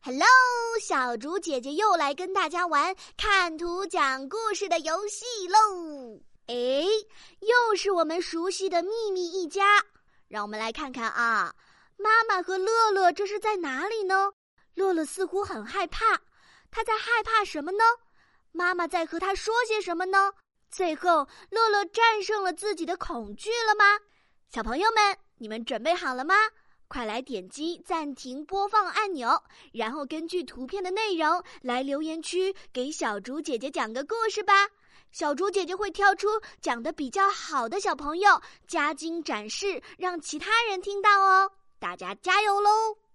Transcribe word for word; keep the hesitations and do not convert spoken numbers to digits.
Hello， 小竹姐姐又来跟大家玩看图讲故事的游戏喽！诶，又是我们熟悉的秘密一家。让我们来看看啊，妈妈和乐乐这是在哪里呢？乐乐似乎很害怕，他在害怕什么呢？妈妈在和他说些什么呢？最后，乐乐战胜了自己的恐惧了吗？小朋友们，你们准备好了吗？快来点击暂停播放按钮，然后根据图片的内容来留言区给小竹姐姐讲个故事吧。小竹姐姐会挑出讲得比较好的小朋友，加精展示，让其他人听到哦。大家加油喽！